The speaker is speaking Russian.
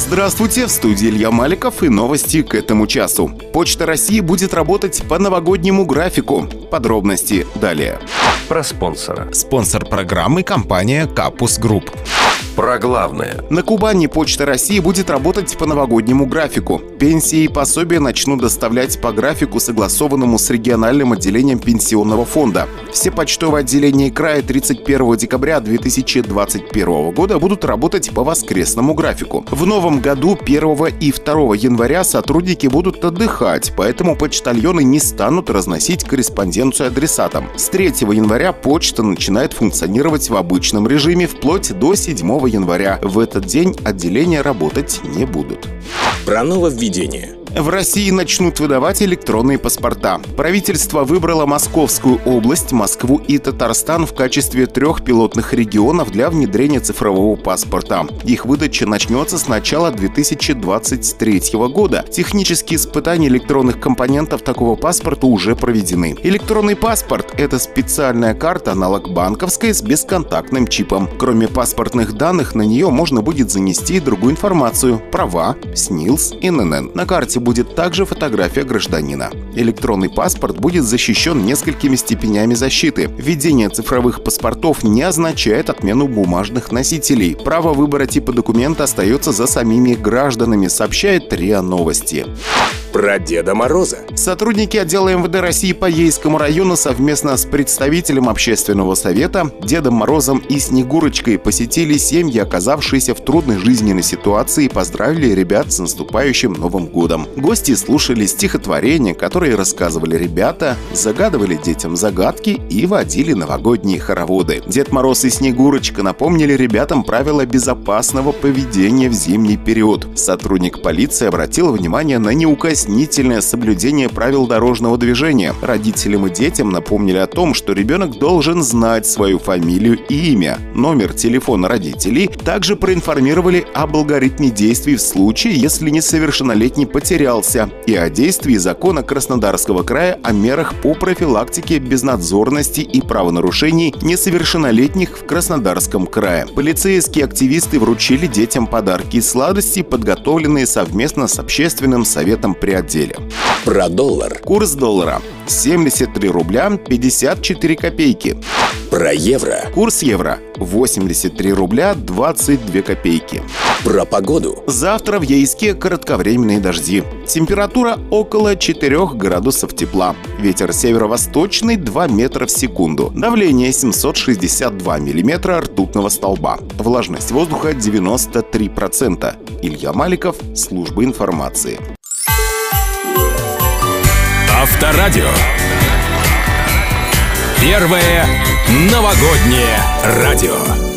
Здравствуйте, в студии Илья Маликов и новости к этому часу. Почта России будет работать по новогоднему графику. Подробности далее. Про спонсора. Спонсор программы — компания Капус Групп. Про главное. На Кубани Почта России будет работать по новогоднему графику. Пенсии и пособия начнут доставлять по графику, согласованному с региональным отделением Пенсионного фонда. Все почтовые отделения края 31 декабря 2021 года будут работать по воскресному графику. В новом году 1 и 2 января сотрудники будут отдыхать, поэтому почтальоны не станут разносить корреспонденцию адресатам. С 3 января почта начинает функционировать в обычном режиме вплоть до 7 января. В этот день отделения работать не будут. Про нововведение. В России начнут выдавать электронные паспорта. Правительство выбрало Московскую область, Москву и Татарстан в качестве 3 пилотных регионов для внедрения цифрового паспорта. Их выдача начнется с начала 2023 года. Технические испытания электронных компонентов такого паспорта уже проведены. Электронный паспорт — это специальная карта, аналог банковской, с бесконтактным чипом. Кроме паспортных данных, на нее можно будет занести и другую информацию — права, СНИЛС, ИНН. На карте будет также фотография гражданина. Электронный паспорт будет защищен несколькими степенями защиты. Введение цифровых паспортов не означает отмену бумажных носителей. Право выбора типа документа остается за самими гражданами, сообщает РИА Новости. Про Деда Мороза. Сотрудники отдела МВД России по Ейскому району совместно с представителем общественного совета, Дедом Морозом и Снегурочкой посетили семьи, оказавшиеся в трудной жизненной ситуации, и поздравили ребят с наступающим Новым годом. Гости слушали стихотворения, которые рассказывали ребята, загадывали детям загадки и водили новогодние хороводы. Дед Мороз и Снегурочка напомнили ребятам правила безопасного поведения в зимний период. Сотрудник полиции обратил внимание на неукоснительное соблюдение правил дорожного движения. Родителям и детям напомнили о том, что ребенок должен знать свою фамилию и имя, номер телефона родителей. Также проинформировали об алгоритме действий в случае, если несовершеннолетний потерялся, и о действии закона Краснодарского края о мерах по профилактике безнадзорности и правонарушений несовершеннолетних в Краснодарском крае. Полицейские активисты вручили детям подарки и сладости, подготовленные совместно с общественным советом при отделе. Про доллар. Курс доллара — 73 рубля 54 копейки. Про евро. Курс евро — 83 рубля 22 копейки. Про погоду. Завтра в Ейске кратковременные дожди. Температура около 4 градусов тепла. Ветер северо-восточный 2 метра в секунду. Давление 762 миллиметра ртутного столба. Влажность воздуха 93%. Илья Маликов, служба информации. Авторадио. Первое новогоднее радио.